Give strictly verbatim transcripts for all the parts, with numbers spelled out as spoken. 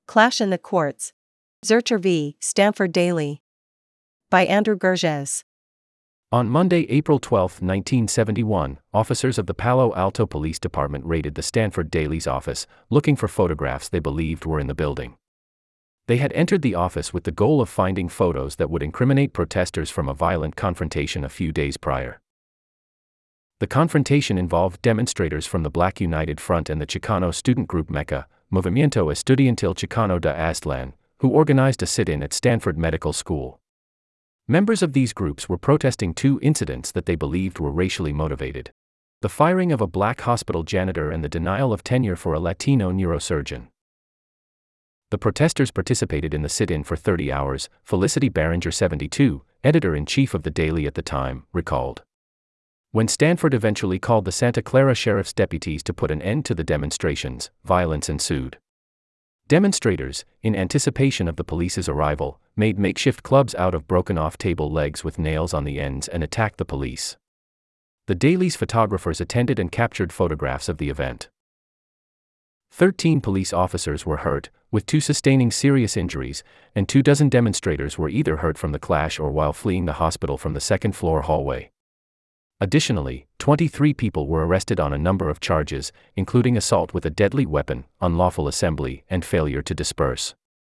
Clash in the Courts. Zurcher v. Stanford Daily. By Andrew Gerges. On Monday, April twelfth, nineteen seventy-one, officers of the Palo Alto Police Department raided the Stanford Daily's office, looking for photographs they believed were in the building. They had entered the office with the goal of finding photos that would incriminate protesters from a violent confrontation a few days prior. The confrontation involved demonstrators from the Black United Front and the Chicano student group MECA, Movimiento Estudiantil Chicano de Aztlán, who organized a sit-in at Stanford Medical School. Members of these groups were protesting two incidents that they believed were racially motivated: the firing of a black hospital janitor and the denial of tenure for a Latino neurosurgeon. The protesters participated in the sit-in for thirty hours, Felicity Barringer, seventy-two, editor-in-chief of the Daily at the time, recalled. When Stanford eventually called the Santa Clara Sheriff's deputies to put an end to the demonstrations, violence ensued. Demonstrators, in anticipation of the police's arrival, made makeshift clubs out of broken-off table legs with nails on the ends and attacked the police. The Daily's photographers attended and captured photographs of the event. Thirteen police officers were hurt, with two sustaining serious injuries, and two dozen demonstrators were either hurt from the clash or while fleeing the hospital from the second-floor hallway. Additionally, twenty-three people were arrested on a number of charges, including assault with a deadly weapon, unlawful assembly, and failure to disperse.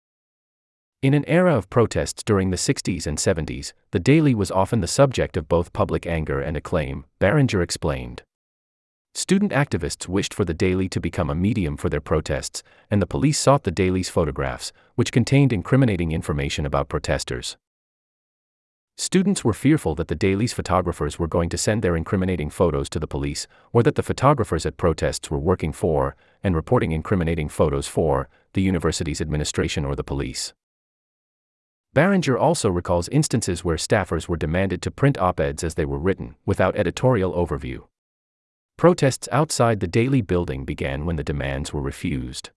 In an era of protests during the sixties and seventies, the Daily was often the subject of both public anger and acclaim, Barringer explained. Student activists wished for the Daily to become a medium for their protests, and the police sought the Daily's photographs, which contained incriminating information about protesters. Students were fearful that the Daily's photographers were going to send their incriminating photos to the police, or that the photographers at protests were working for, and reporting incriminating photos for, the university's administration or the police. Barringer also recalls instances where staffers were demanded to print op-eds as they were written, without editorial overview. Protests outside the Daily building began when the demands were refused.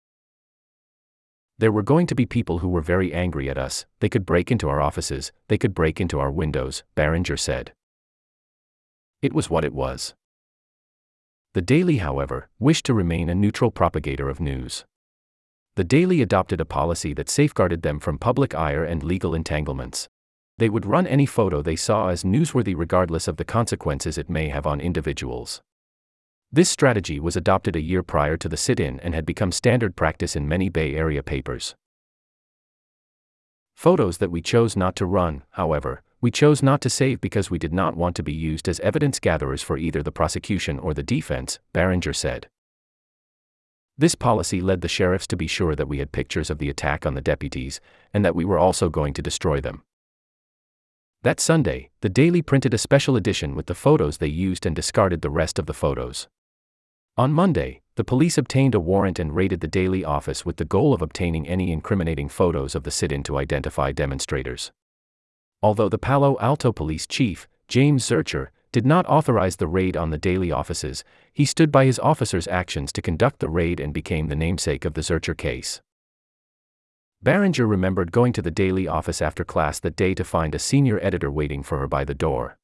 There were going to be people who were very angry at us. They could break into our offices, they could break into our windows, Barringer said. It was what it was. The Daily, however, wished to remain a neutral propagator of news. The Daily adopted a policy that safeguarded them from public ire and legal entanglements. They would run any photo they saw as newsworthy regardless of the consequences it may have on individuals. This strategy was adopted a year prior to the sit-in and had become standard practice in many Bay Area papers. Photos that we chose not to run, however, we chose not to save because we did not want to be used as evidence gatherers for either the prosecution or the defense, Barringer said. This policy led the sheriffs to be sure that we had pictures of the attack on the deputies, and that we were also going to destroy them. That Sunday, the Daily printed a special edition with the photos they used and discarded the rest of the photos. On Monday, the police obtained a warrant and raided the Daily office with the goal of obtaining any incriminating photos of the sit-in to identify demonstrators. Although the Palo Alto Police Chief, James Zurcher, did not authorize the raid on the Daily offices, he stood by his officers' actions to conduct the raid and became the namesake of the Zurcher case. Barringer remembered going to the Daily office after class that day to find a senior editor waiting for her by the door.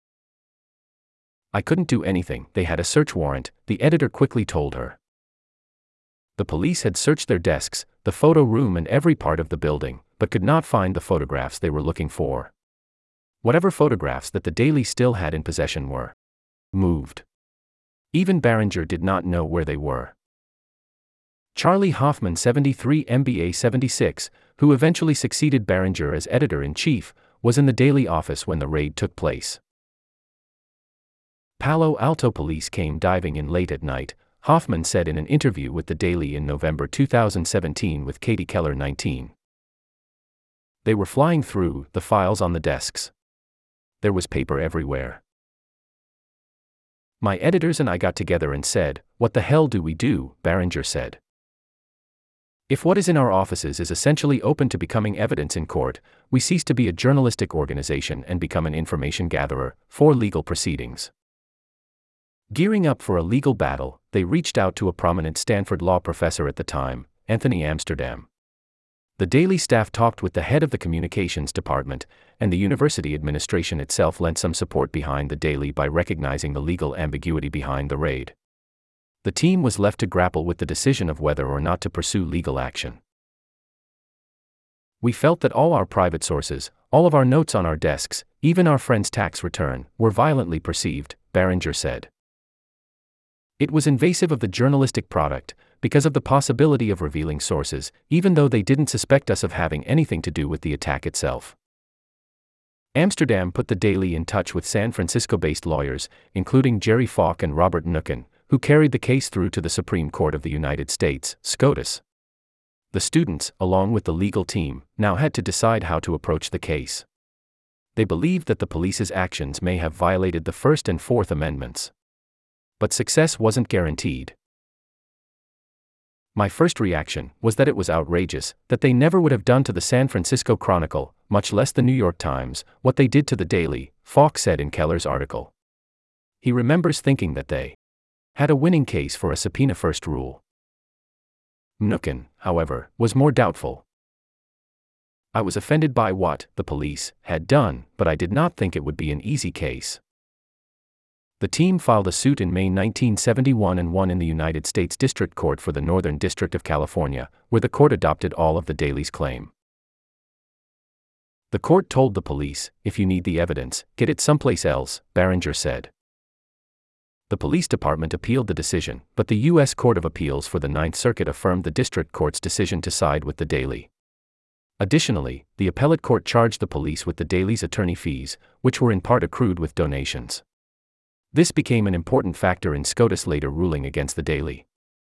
"I couldn't do anything, they had a search warrant," the editor quickly told her. The police had searched their desks, the photo room and every part of the building, but could not find the photographs they were looking for. Whatever photographs that the Daily still had in possession were moved. Even Barringer did not know where they were. Charlie Hoffman, seventy-three, M B A seventy-six, who eventually succeeded Barringer as editor-in-chief, was in the Daily office when the raid took place. Palo Alto police came diving in late at night, Hoffman said in an interview with the Daily in November two thousand seventeen with Katie Keller, nineteen. They were flying through the files on the desks. There was paper everywhere. My editors and I got together and said, "What the hell do we do?" Barringer said. If what is in our offices is essentially open to becoming evidence in court, we cease to be a journalistic organization and become an information gatherer for legal proceedings. Gearing up for a legal battle, they reached out to a prominent Stanford law professor at the time, Anthony Amsterdam. The Daily staff talked with the head of the communications department, and the university administration itself lent some support behind the Daily by recognizing the legal ambiguity behind the raid. The team was left to grapple with the decision of whether or not to pursue legal action. We felt that all our private sources, all of our notes on our desks, even our friend's tax return, were violently perceived, Barringer said. It was invasive of the journalistic product, because of the possibility of revealing sources, even though they didn't suspect us of having anything to do with the attack itself. Amsterdam put the Daily in touch with San Francisco-based lawyers, including Jerry Falk and Robert Nuken, who carried the case through to the Supreme Court of the United States, SCOTUS. The students, along with the legal team, now had to decide how to approach the case. They believed that the police's actions may have violated the First and Fourth Amendments. But success wasn't guaranteed. My first reaction was that it was outrageous, that they never would have done to the San Francisco Chronicle, much less the New York Times, what they did to the Daily, Falk said in Keller's article. He remembers thinking that they had a winning case for a subpoena first rule. Nuken, however, was more doubtful. I was offended by what the police had done, but I did not think it would be an easy case. The team filed a suit in May nineteen seventy-one and won in the United States District Court for the Northern District of California, where the court adopted all of the Daily's claim. The court told the police, if you need the evidence, get it someplace else, Barringer said. The police department appealed the decision, but the U S Court of Appeals for the Ninth Circuit affirmed the district court's decision to side with the Daily. Additionally, the appellate court charged the police with the Daily's attorney fees, which were in part accrued with donations. This became an important factor in SCOTUS' later ruling against the Daily.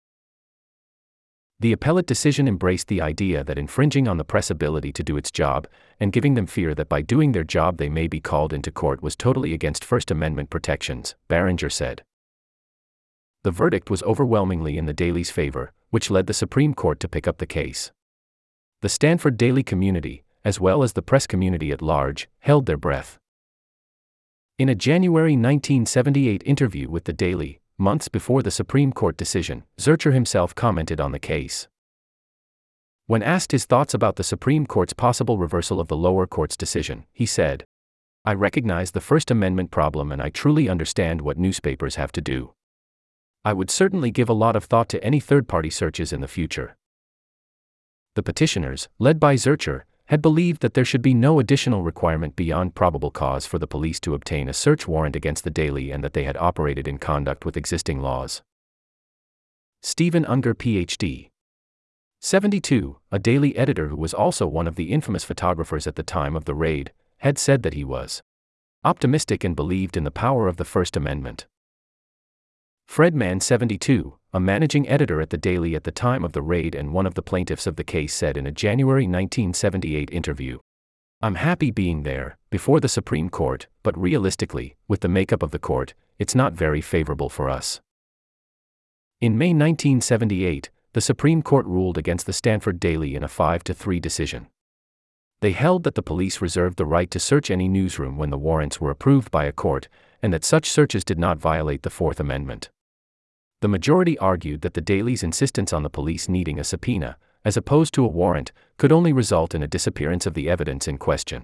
The appellate decision embraced the idea that infringing on the press' ability to do its job, and giving them fear that by doing their job they may be called into court was totally against First Amendment protections, Barringer said. The verdict was overwhelmingly in the Daily's favor, which led the Supreme Court to pick up the case. The Stanford Daily community, as well as the press community at large, held their breath. In a January nineteen seventy-eight interview with the Daily, months before the Supreme Court decision, Zurcher himself commented on the case. When asked his thoughts about the Supreme Court's possible reversal of the lower court's decision, he said, "I recognize the First Amendment problem and I truly understand what newspapers have to do. I would certainly give a lot of thought to any third-party searches in the future." The petitioners, led by Zurcher, had believed that there should be no additional requirement beyond probable cause for the police to obtain a search warrant against the Daily and that they had operated in conduct with existing laws. Stephen Unger, P H D seventy-two, a Daily editor who was also one of the infamous photographers at the time of the raid, had said that he was optimistic and believed in the power of the First Amendment. Fred Mann, seventy-two, a managing editor at the Daily at the time of the raid and one of the plaintiffs of the case, said in a January nineteen seventy-eight interview, "I'm happy being there, before the Supreme Court, but realistically, with the makeup of the court, it's not very favorable for us." In May nineteen seventy-eight, the Supreme Court ruled against the Stanford Daily in a five to three decision. They held that the police reserved the right to search any newsroom when the warrants were approved by a court, and that such searches did not violate the Fourth Amendment. The majority argued that the Daily's insistence on the police needing a subpoena, as opposed to a warrant, could only result in a disappearance of the evidence in question.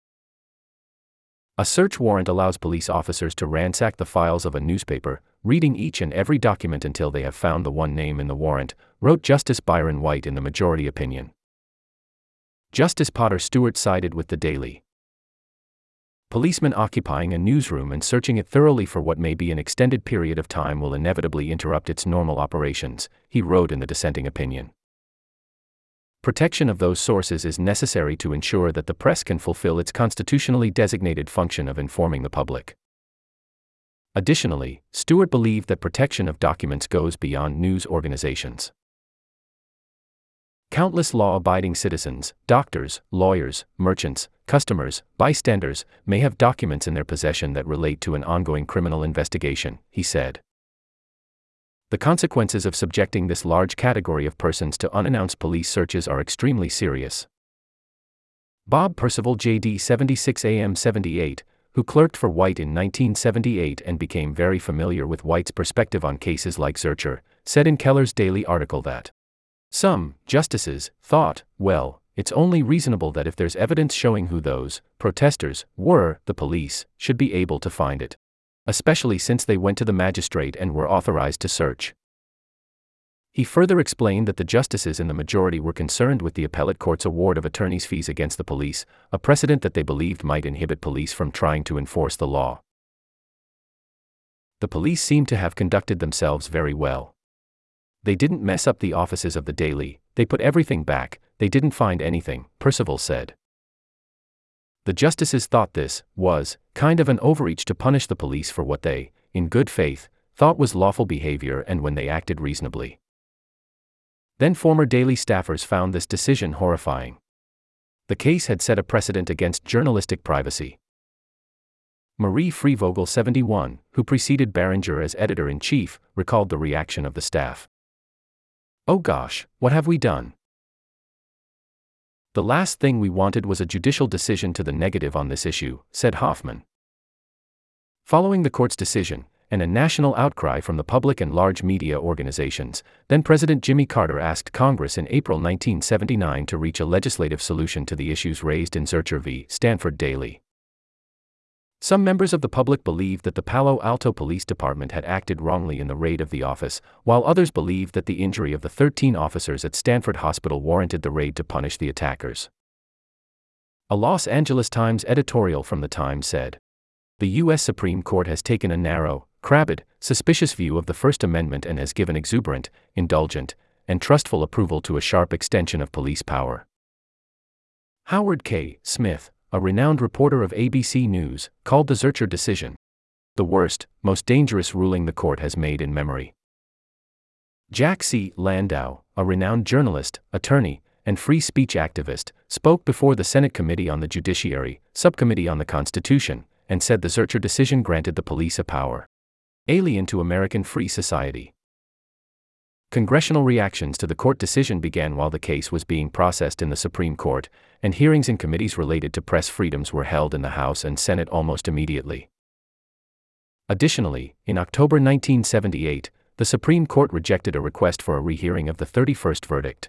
A search warrant allows police officers to ransack the files of a newspaper, reading each and every document until they have found the one name in the warrant, wrote Justice Byron White in the majority opinion. Justice Potter Stewart sided with the Daily. Policemen occupying a newsroom and searching it thoroughly for what may be an extended period of time will inevitably interrupt its normal operations, he wrote in the dissenting opinion. Protection of those sources is necessary to ensure that the press can fulfill its constitutionally designated function of informing the public. Additionally, Stewart believed that protection of documents goes beyond news organizations. Countless law-abiding citizens, doctors, lawyers, merchants, customers, bystanders, may have documents in their possession that relate to an ongoing criminal investigation, he said. The consequences of subjecting this large category of persons to unannounced police searches are extremely serious. Bob Percival, J D seventy-six A M seventy-eight, who clerked for White in nineteen seventy-eight and became very familiar with White's perspective on cases like Zurcher, said in Keller's Daily article that some justices thought, well, it's only reasonable that if there's evidence showing who those protesters were, the police should be able to find it, especially since they went to the magistrate and were authorized to search. He further explained that the justices in the majority were concerned with the appellate court's award of attorney's fees against the police, a precedent that they believed might inhibit police from trying to enforce the law. The police seemed to have conducted themselves very well. They didn't mess up the offices of the Daily, they put everything back, they didn't find anything, Percival said. The justices thought this was kind of an overreach to punish the police for what they, in good faith, thought was lawful behavior and when they acted reasonably. Then former Daily staffers found this decision horrifying. The case had set a precedent against journalistic privacy. Marie Freevogel, seventy-one, who preceded Barringer as editor-in-chief, recalled the reaction of the staff. "Oh gosh, what have we done? The last thing we wanted was a judicial decision to the negative on this issue," said Hoffman. Following the court's decision, and a national outcry from the public and large media organizations, then-President Jimmy Carter asked Congress in April nineteen seventy-nine to reach a legislative solution to the issues raised in Zurcher v. Stanford Daily. Some members of the public believed that the Palo Alto Police Department had acted wrongly in the raid of the office, while others believed that the injury of the thirteen officers at Stanford Hospital warranted the raid to punish the attackers. A Los Angeles Times editorial from the time said, "The U S Supreme Court has taken a narrow, crabbed, suspicious view of the First Amendment and has given exuberant, indulgent, and trustful approval to a sharp extension of police power." Howard K. Smith, a renowned reporter of A B C News, called the Zurcher decision the worst, most dangerous ruling the court has made in memory. Jack C. Landau, a renowned journalist, attorney, and free speech activist, spoke before the Senate Committee on the Judiciary, Subcommittee on the Constitution, and said the Zurcher decision granted the police a power alien to American free society. Congressional reactions to the court decision began while the case was being processed in the Supreme Court, and hearings in committees related to press freedoms were held in the House and Senate almost immediately. Additionally, in October nineteen seventy-eight, the Supreme Court rejected a request for a rehearing of the thirty-first verdict.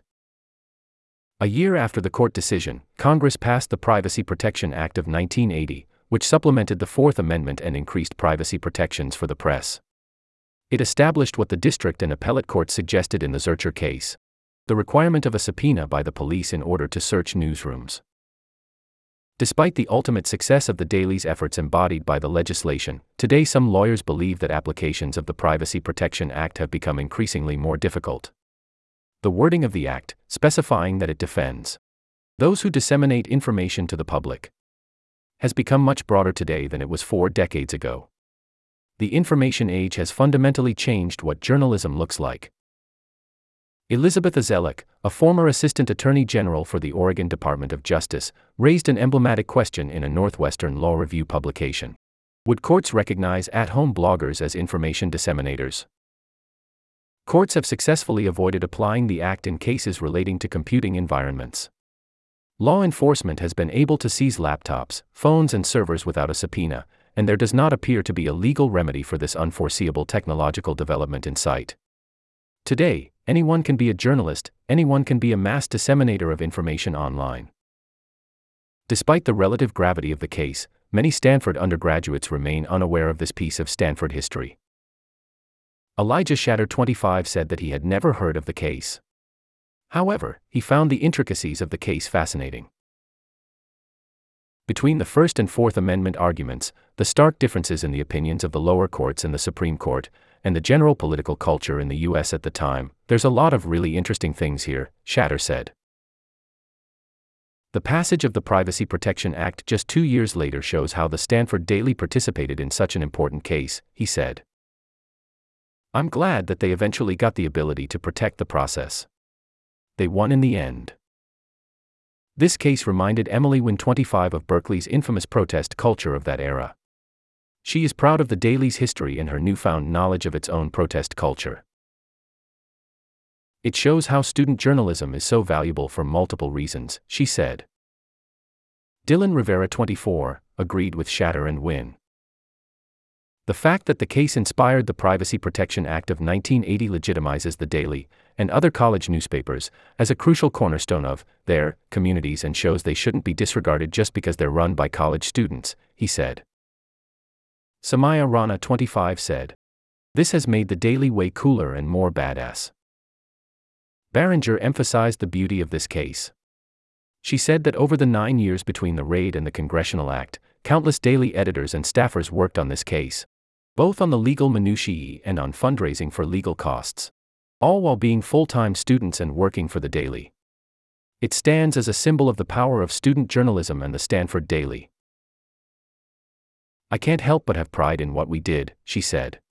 A year after the court decision, Congress passed the Privacy Protection Act of nineteen eighty, which supplemented the Fourth Amendment and increased privacy protections for the press. It established what the district and appellate courts suggested in the Zurcher case: the requirement of a subpoena by the police in order to search newsrooms. Despite the ultimate success of the Daily's efforts embodied by the legislation, today some lawyers believe that applications of the Privacy Protection Act have become increasingly more difficult. The wording of the act, specifying that it defends those who disseminate information to the public, has become much broader today than it was four decades ago. The information age has fundamentally changed what journalism looks like. Elizabeth Azelek, a former Assistant Attorney General for the Oregon Department of Justice, raised an emblematic question in a Northwestern Law Review publication. Would courts recognize at-home bloggers as information disseminators? Courts have successfully avoided applying the act in cases relating to computing environments. Law enforcement has been able to seize laptops, phones and servers without a subpoena, and there does not appear to be a legal remedy for this unforeseeable technological development in sight. Today, anyone can be a journalist, anyone can be a mass disseminator of information online. Despite the relative gravity of the case, many Stanford undergraduates remain unaware of this piece of Stanford history. Elijah Shatter, twenty-five, said that he had never heard of the case. However, he found the intricacies of the case fascinating. Between the First and Fourth Amendment arguments, the stark differences in the opinions of the lower courts and the Supreme Court, and the general political culture in the U S at the time, there's a lot of really interesting things here, Shatter said. The passage of the Privacy Protection Act just two years later shows how the Stanford Daily participated in such an important case, he said. I'm glad that they eventually got the ability to protect the process. They won in the end. This case reminded Emily Wynn, twenty-five, of Berkeley's infamous protest culture of that era. She is proud of the Daily's history and her newfound knowledge of its own protest culture. It shows how student journalism is so valuable for multiple reasons, she said. Dylan Rivera, twenty-four, agreed with Shatter and Wynn. The fact that the case inspired the Privacy Protection Act of nineteen eighty legitimizes the Daily, and other college newspapers, as a crucial cornerstone of their communities and shows they shouldn't be disregarded just because they're run by college students, he said. Samaya Rana, twenty-five, said, "This has made the Daily way cooler and more badass. Barringer emphasized the beauty of this case. She said that over the nine years between the raid and the Congressional Act, countless daily editors and staffers worked on this case, both on the legal minutiae and on fundraising for legal costs, all while being full-time students and working for the Daily. It stands as a symbol of the power of student journalism and the Stanford Daily. "I can't help but have pride in what we did," she said.